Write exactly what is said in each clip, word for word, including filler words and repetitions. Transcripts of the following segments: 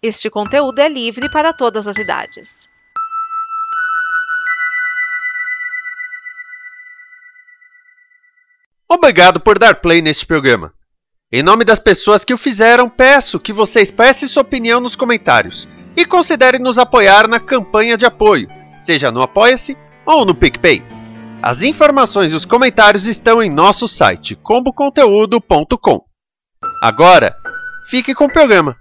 Este conteúdo é livre para todas as idades. Obrigado por dar play neste programa. Em nome das pessoas que o fizeram, peço que você expresse sua opinião nos comentários e considere nos apoiar na campanha de apoio, seja no Apoia-se ou no PicPay. As informações e os comentários estão em nosso site combo conteúdo ponto com. Agora, fique com o programa.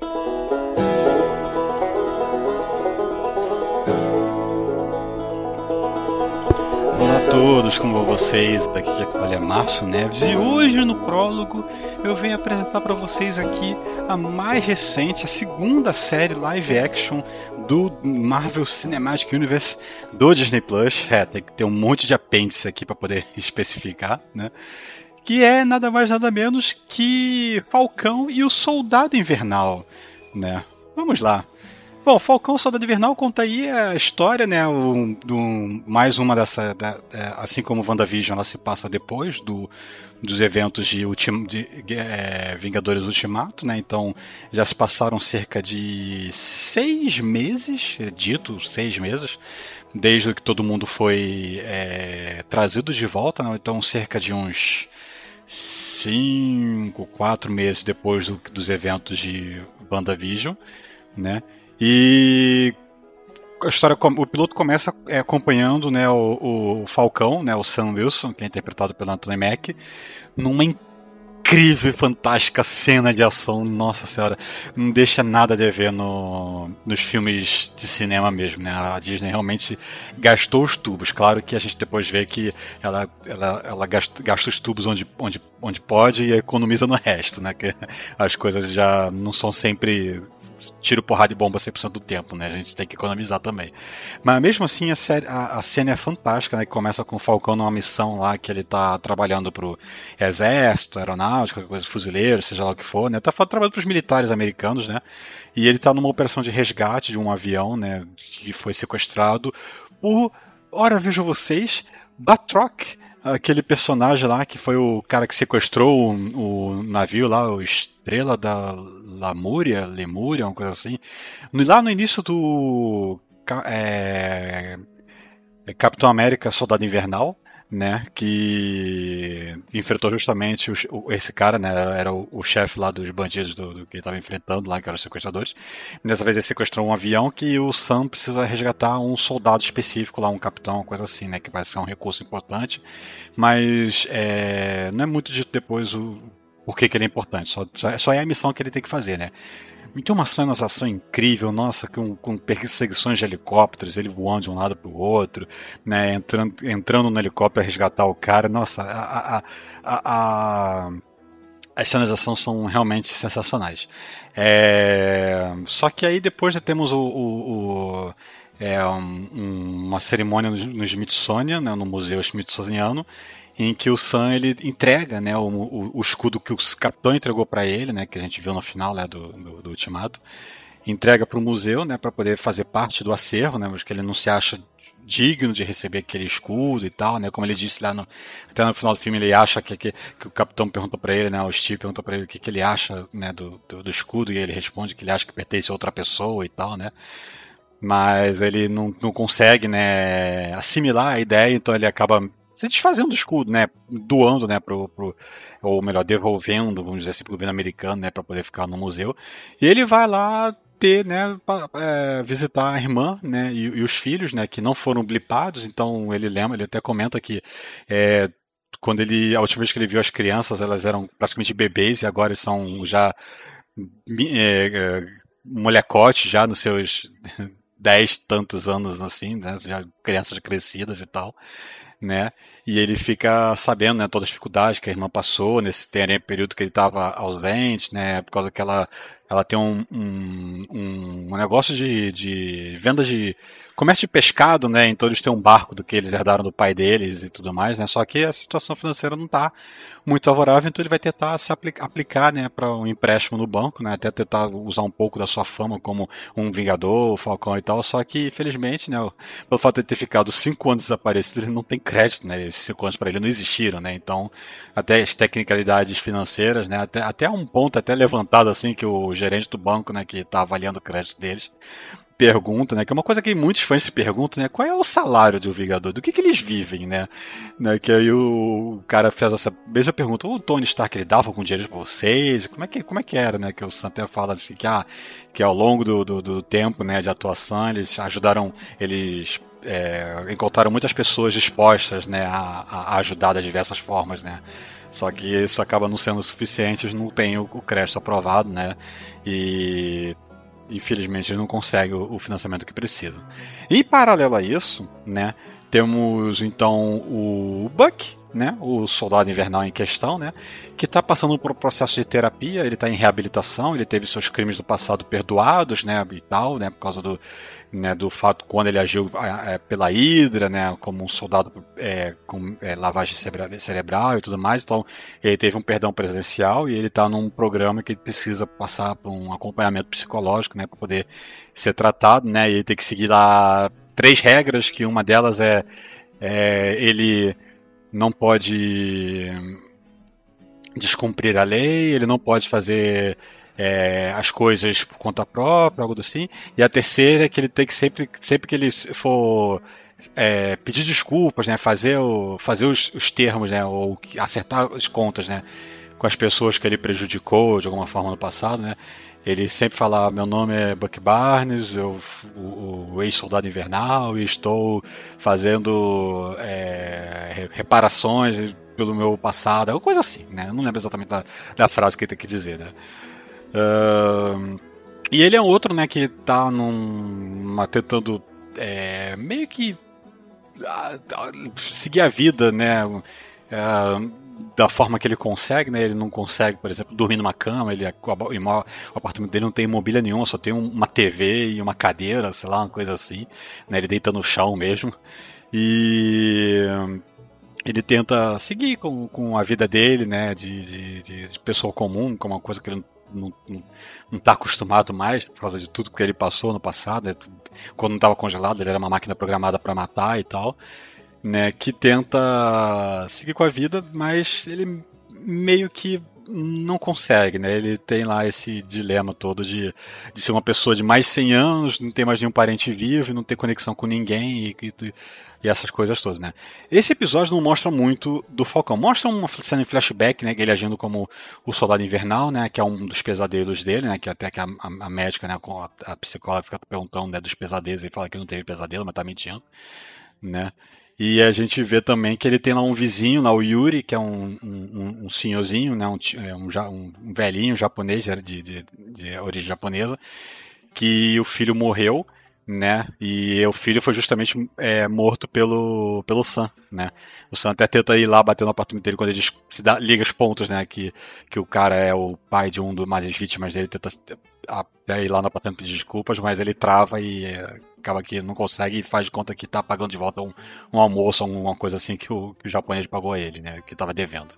Olá a todos, como vão vocês? Daqui que fala é Márcio Neves e hoje no prólogo eu venho apresentar para vocês aqui a mais recente, a segunda série live action do Marvel Cinematic Universe do Disney Plus. É, tem que ter um monte de apêndice aqui para poder especificar, né? Que é nada mais nada menos que Falcão e o Soldado Invernal, né? Vamos lá. Bom, Falcão Soldado Invernal conta aí a história, né, o, do, mais uma dessa, da, assim como WandaVision, ela se passa depois do, dos eventos de, ultim, de é, Vingadores Ultimato, né, então já se passaram cerca de seis meses, dito seis meses, desde que todo mundo foi é, trazido de volta, né, então cerca de uns cinco, quatro meses depois do, dos eventos de WandaVision, né. E a história, o piloto começa acompanhando, né, o, o Falcão, né, o Sam Wilson, que é interpretado pelo Anthony Mack, numa incrível e fantástica cena de ação. Nossa senhora, não deixa nada a dever no, nos filmes de cinema mesmo, né? A Disney realmente gastou os tubos. Claro que a gente depois vê que ela, ela, ela gasta, gasta os tubos onde, onde, onde pode e economiza no resto, né? Que as coisas já não são sempre tiro, porrada e bomba cem por cento do tempo, né? A gente tem que economizar também. Mas mesmo assim, a, série, a, a cena é fantástica, né? Começa com o Falcão numa missão lá que ele tá trabalhando pro exército, aeronáutica, coisa, fuzileiro, seja lá o que for, né? Tá trabalhando pros militares americanos, né? E ele tá numa operação de resgate de um avião, né? Que foi sequestrado por, ora, vejam vocês, Batroc, aquele personagem lá que foi o cara que sequestrou o, o navio lá, o Estrela da Lamúria, Lemúria, uma coisa assim. Lá no início do é, Capitão América Soldado Invernal, né, que enfrentou justamente o, esse cara, né, era o, o chefe lá dos bandidos do, do que ele estava enfrentando lá, que eram os sequestradores. E dessa vez ele sequestrou um avião que o Sam precisa resgatar um soldado específico lá, um capitão, uma coisa assim, né, que parece ser um recurso importante, mas é, não é muito dito depois o por que, que ele é importante, só, só é a missão que ele tem que fazer, né. Tem uma sensação incrível, nossa, com, com perseguições de helicópteros, ele voando de um lado para o outro, né, entrando, entrando no helicóptero para resgatar o cara. Nossa, a, a, a, a, as cenas de ação são realmente sensacionais. É, só que aí depois já temos o, o, o, é, um, uma cerimônia no, no Smithsonian, né, no Museu Smithsoniano, em que o Sam ele entrega, né, o, o, o escudo que o capitão entregou para ele, né, que a gente viu no final, né, do, do, do Ultimato, entrega para o museu, né, para poder fazer parte do acervo, né, porque ele não se acha digno de receber aquele escudo e tal, né, como ele disse lá no, até no final do filme, ele acha que, que, que o capitão pergunta para ele, né, o Steve pergunta para ele o que, que ele acha, né, do, do, do escudo, e ele responde que ele acha que pertence a outra pessoa e tal, né, mas ele não, não consegue, né, assimilar a ideia, então ele acaba se desfazendo do escudo, né, doando, né, pro, pro, ou melhor, devolvendo, vamos dizer assim, pro governo americano, né, para poder ficar no museu. E ele vai lá ter, né, pra, é, visitar a irmã, né, e, e os filhos, né, que não foram blipados. Então ele lembra, ele até comenta que é, quando ele, a última vez que ele viu as crianças, elas eram praticamente bebês e agora são já é, é, molecotes, já nos seus dez tantos anos, assim, né, já crianças crescidas e tal, né, e ele fica sabendo, né, todas as dificuldades que a irmã passou nesse período que ele estava ausente, né, por causa que ela, ela tem um, um, um negócio de, de venda de comércio de pescado, né, então eles têm um barco do que eles herdaram do pai deles e tudo mais, né, só que a situação financeira não está muito favorável, então ele vai tentar se aplicar, aplicar, né, para um empréstimo no banco, né, até tentar usar um pouco da sua fama como um vingador, Falcão e tal, só que infelizmente, né, pelo fato de ter ficado cinco anos desaparecido, ele não tem crédito, né, esses cinco anos para ele não existiram, né, então até as tecnicalidades financeiras, né, até, até um ponto até levantado assim que o gerente do banco, né, que tá avaliando o crédito deles, pergunta, né, que é uma coisa que muitos fãs se perguntam, né, qual é o salário de um Vingador, do que que eles vivem, né, né que aí o cara fez essa mesma pergunta, o Tony Stark, ele dava algum dinheiro pra vocês, como é que, como é que era, né, que o Sam até fala assim, que, ah, que ao longo do, do, do tempo, né, de atuação, eles ajudaram, eles é, encontraram muitas pessoas dispostas, né, a, a ajudar de diversas formas, né, só que isso acaba não sendo suficiente, eles não têm o, o crédito aprovado, né, e infelizmente ele não consegue o, o financiamento que precisa. Em paralelo a isso, né, temos então o Buck, né, o soldado invernal em questão, né, que está passando por um processo de terapia, ele está em reabilitação, ele teve seus crimes do passado perdoados, né, e tal, né, por causa do, né, do fato quando ele agiu é, pela Hydra, né, como um soldado é, com é, lavagem cerebral e tudo mais, então ele teve um perdão presencial e ele está num programa que ele precisa passar por um acompanhamento psicológico, né, para poder ser tratado, né, e ele tem que seguir lá três regras, que uma delas é, é ele não pode descumprir a lei, ele não pode fazer é, as coisas por conta própria, algo assim. E a terceira é que ele tem que sempre, sempre que ele for é, pedir desculpas, né, fazer, o, fazer os, os termos, né, ou acertar as contas, né, com as pessoas que ele prejudicou de alguma forma no passado, né. Ele sempre fala, meu nome é Buck Barnes, eu, o, o ex-soldado invernal, e estou fazendo é, reparações pelo meu passado, uma coisa assim, né? Eu não lembro exatamente da, da frase que ele tem que dizer, né? Uh, e ele é outro, né, que tá num, tentando é, meio que uh, seguir a vida, né? Uh, da forma que ele consegue, né? Ele não consegue, por exemplo, dormir numa cama, ele, o apartamento dele não tem mobília nenhuma, só tem uma T V e uma cadeira, sei lá, uma coisa assim, né? Ele deita no chão mesmo. E ele tenta seguir com, com a vida dele, né? De, de, de, de pessoa comum, que é uma coisa que ele não, não, não tá acostumado mais, por causa de tudo que ele passou no passado, né? Quando não estava congelado, ele era uma máquina programada para matar e tal. Né, que tenta seguir com a vida, mas ele meio que não consegue, né? Ele tem lá esse dilema todo de, de ser uma pessoa de mais de cem anos, não ter mais nenhum parente vivo, não ter conexão com ninguém e, e, e essas coisas todas, né? Esse episódio não mostra muito do Falcão. Mostra uma cena em flashback, né? Ele agindo como o soldado invernal, né? Que é um dos pesadelos dele, né? Que até que a, a, a médica, né? A, a psicóloga fica perguntando, né, dos pesadelos. Ele fala que não teve pesadelo, mas tá mentindo, né? E a gente vê também que ele tem lá um vizinho, lá o Yuri, que é um, um, um senhorzinho, né, um, um, um velhinho japonês, de, de, de origem japonesa, que o filho morreu, né, e o filho foi justamente é, morto pelo, pelo Sam, né. O Sam até tenta ir lá bater no apartamento dele quando ele se dá, liga os pontos, né, que, que o cara é o pai de um dos mais vítimas dele, tenta ir lá no apartamento pedir desculpas, mas ele trava e é, acaba que não consegue e faz de conta que tá pagando de volta um, um almoço ou uma coisa assim que o, que o japonês pagou a ele, né, que estava devendo.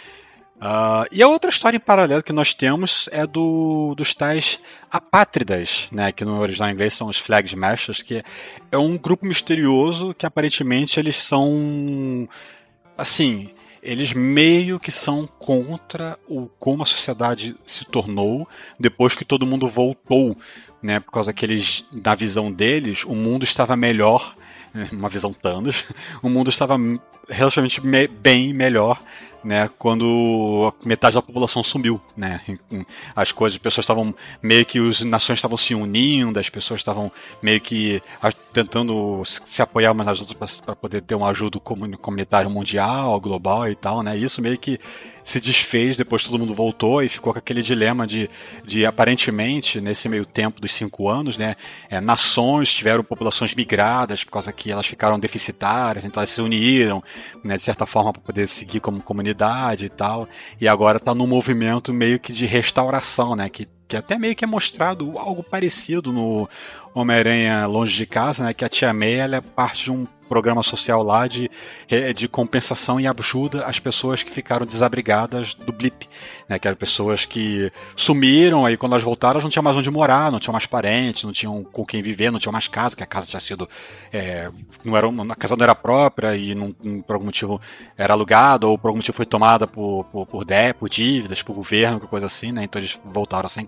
Uh, e a outra história em paralelo que nós temos é do, dos tais apátridas, né, que no original inglês são os Flag Smashers, que é um grupo misterioso que aparentemente eles são, assim, eles meio que são contra o como a sociedade se tornou depois que todo mundo voltou, né, por causa que eles, na visão deles, o mundo estava melhor, uma visão Thanos, o mundo estava relativamente me, bem melhor, né, quando metade da população sumiu, né, as coisas, as pessoas estavam meio que as nações estavam se unindo, as pessoas estavam meio que tentando se apoiar umas nas outras para poder ter uma ajuda comunitária mundial, global e tal, né, isso meio que se desfez depois que todo mundo voltou e ficou com aquele dilema de, de aparentemente, nesse meio tempo dos cinco anos, né, é, nações tiveram populações migradas por causa que elas ficaram deficitárias, então elas se uniram, né, de certa forma para poder seguir como comunidade e tal, e agora está num movimento meio que de restauração, né, que, que até meio que é mostrado algo parecido no Homem-Aranha Longe de Casa, né, que a Tia May ela é parte de um programa social lá de, de compensação e ajuda às pessoas que ficaram desabrigadas do blip, né, que eram pessoas que sumiram, aí quando elas voltaram elas não tinham mais onde morar, não tinham mais parentes, não tinham com quem viver, não tinham mais casa, que a casa tinha sido é, não era, a casa não era própria e não, por algum motivo era alugada ou por algum motivo foi tomada por, por, por, dé, por dívidas, por governo, coisa assim, né, então eles voltaram sem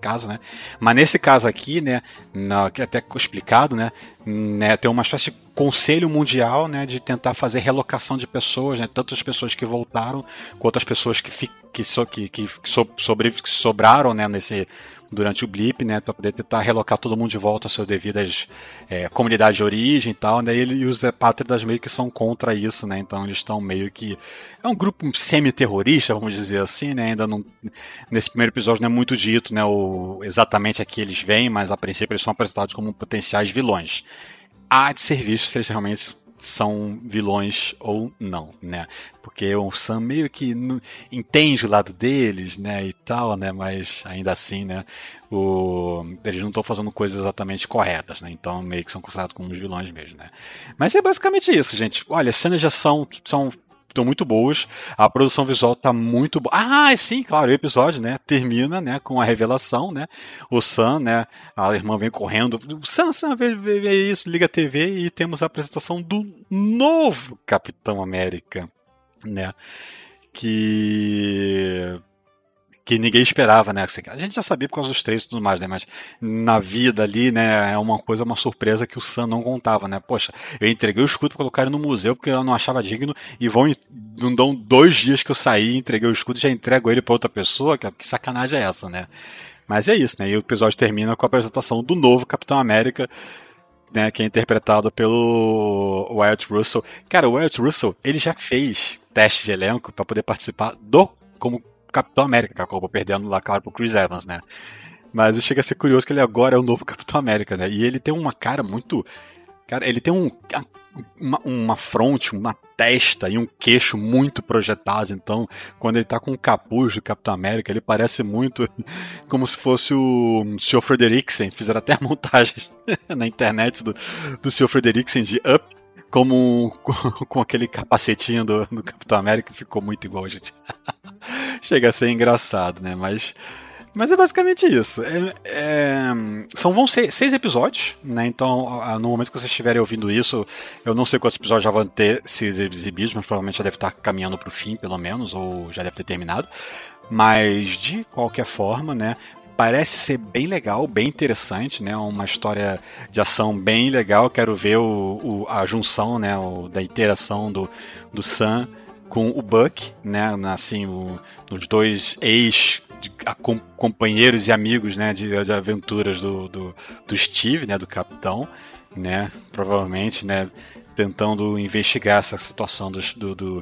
caso, né? Mas nesse caso aqui, né, na, que é até explicado, né, né, tem uma espécie de conselho mundial, né, de tentar fazer relocação de pessoas, né, tanto as pessoas que voltaram quanto as pessoas que, fi, que, so, que, que, so, sobre, que sobraram, né, nesse, durante o blip, né, para poder tentar relocar todo mundo de volta às suas devidas é, comunidades de origem e tal, né, ele e os apátridas meio que são contra isso, né, então eles estão meio que, é um grupo semi-terrorista, vamos dizer assim, né, ainda não, nesse primeiro episódio não é muito dito, né, o, exatamente a que eles vêm, mas a princípio eles são apresentados como potenciais vilões. Há de ser visto se eles realmente são vilões ou não, né? Porque o Sam meio que não, entende o lado deles, né, e tal, né, mas ainda assim, né, o, eles não estão fazendo coisas exatamente corretas, né, então meio que são considerados como os vilões mesmo, né. Mas é basicamente isso, gente. Olha, as cenas já são, são estão muito boas, a produção visual tá muito boa. Ah, sim, claro, o episódio, né, termina, né, com a revelação, né, o Sam, né, a irmã vem correndo, Sam, Sam, vê, vê, vê isso, liga a T V e temos a apresentação do novo Capitão América, né, que... que ninguém esperava, né? A gente já sabia por causa dos trailers e tudo mais, né? Mas na vida ali, né, é uma coisa, uma surpresa que o Sam não contava, né? Poxa, eu entreguei o escudo pra colocar ele no museu porque eu não achava digno e vão não dão dois dias que eu saí, entreguei o escudo e já entrego ele pra outra pessoa, que, que sacanagem é essa, né? Mas é isso, né? E o episódio termina com a apresentação do novo Capitão América, né, que é interpretado pelo Wyatt Russell. Cara, o Wyatt Russell, ele já fez teste de elenco pra poder participar do como Capitão América, que acabou perdendo lá, claro, pro Chris Evans, né? Mas chega a ser curioso que ele agora é o novo Capitão América, né? E ele tem uma cara muito... Cara, ele tem um, uma, uma fronte, uma testa e um queixo muito projetados. Então, quando ele tá com o capuz do Capitão América, ele parece muito como se fosse o senhor Frederiksen. Fizeram até a montagem na internet do, do senhor Frederiksen de Up, como com, com aquele capacetinho do, do Capitão América, ficou muito igual, gente. Chega a ser engraçado, né? Mas, mas é basicamente isso. É, é, são, vão ser seis episódios, né? Então, no momento que vocês estiverem ouvindo isso, eu não sei quantos episódios já vão ter sido exibidos, mas provavelmente já deve estar caminhando para o fim, pelo menos, ou já deve ter terminado. Mas, de qualquer forma, né? Parece ser bem legal, bem interessante, né? Uma história de ação bem legal. Quero ver o, o, a junção, né? O, da interação do, do Sam com o Buck, né? Assim, o, os dois ex de, a, com, companheiros e amigos, né? De, de aventuras do, do, do Steve, né? Do Capitão, né? Provavelmente, né? Tentando investigar essa situação dos, do, do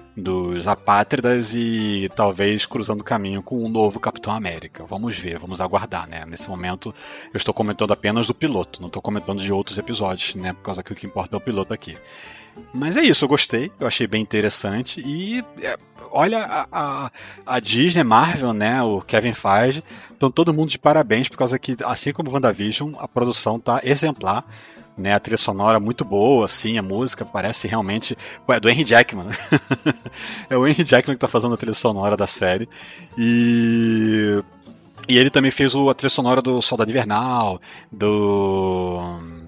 dos apátridas e talvez cruzando o caminho com um novo Capitão América. Vamos ver, vamos aguardar, né? Nesse momento eu estou comentando apenas do piloto, não estou comentando de outros episódios, né? Por causa que o que importa é o piloto aqui. Mas é isso, eu gostei, eu achei bem interessante e é, olha a, a, a Disney, Marvel, né? O Kevin Feige, estão todo mundo de parabéns por causa que, assim como WandaVision, a produção tá exemplar. Né, a trilha sonora muito boa, assim, a música parece realmente... Ué, é do Henry Jackman. É o Henry Jackman que tá fazendo a trilha sonora da série. E... E ele também fez o, a trilha sonora do Soldado Invernal, do...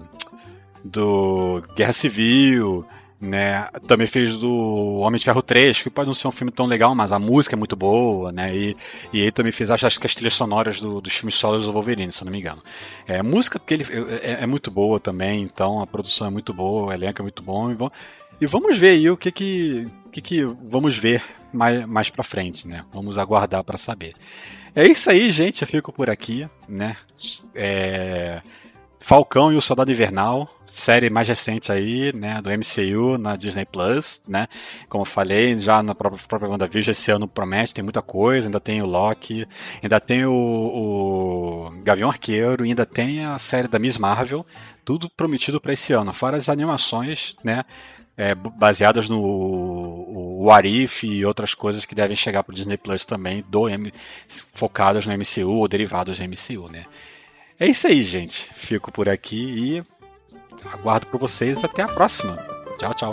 do Guerra Civil, né? Também fez do Homem de Ferro três, que pode não ser um filme tão legal, mas a música é muito boa, né? E, e ele também fez, acho que as trilhas sonoras do, dos filmes solos do Wolverine, se eu não me engano. É, a música dele é, é muito boa também, então a produção é muito boa, o elenco é muito bom. E, bom, e vamos ver aí o que que, que, que vamos ver mais, mais pra frente, né? Vamos aguardar para saber. É isso aí, gente. Eu fico por aqui, né? É... Falcão e o Soldado Invernal, série mais recente aí, né, do M C U na Disney Plus, né, como eu falei, já na própria, própria WandaVision esse ano promete, tem muita coisa, ainda tem o Loki, ainda tem o, o Gavião Arqueiro, ainda tem a série da Miss Marvel, tudo prometido para esse ano, fora as animações, né, é, baseadas no o, o Arif e outras coisas que devem chegar para o Disney Plus também, do M, focadas no M C U ou derivados do M C U, né. É isso aí, gente. Fico por aqui e aguardo por vocês. Até a próxima. Tchau, tchau.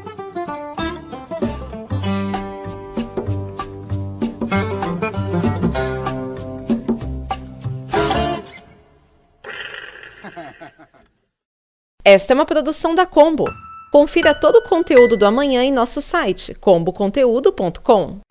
Esta é uma produção da Combo. Confira todo o conteúdo do amanhã em nosso site combo conteúdo ponto com.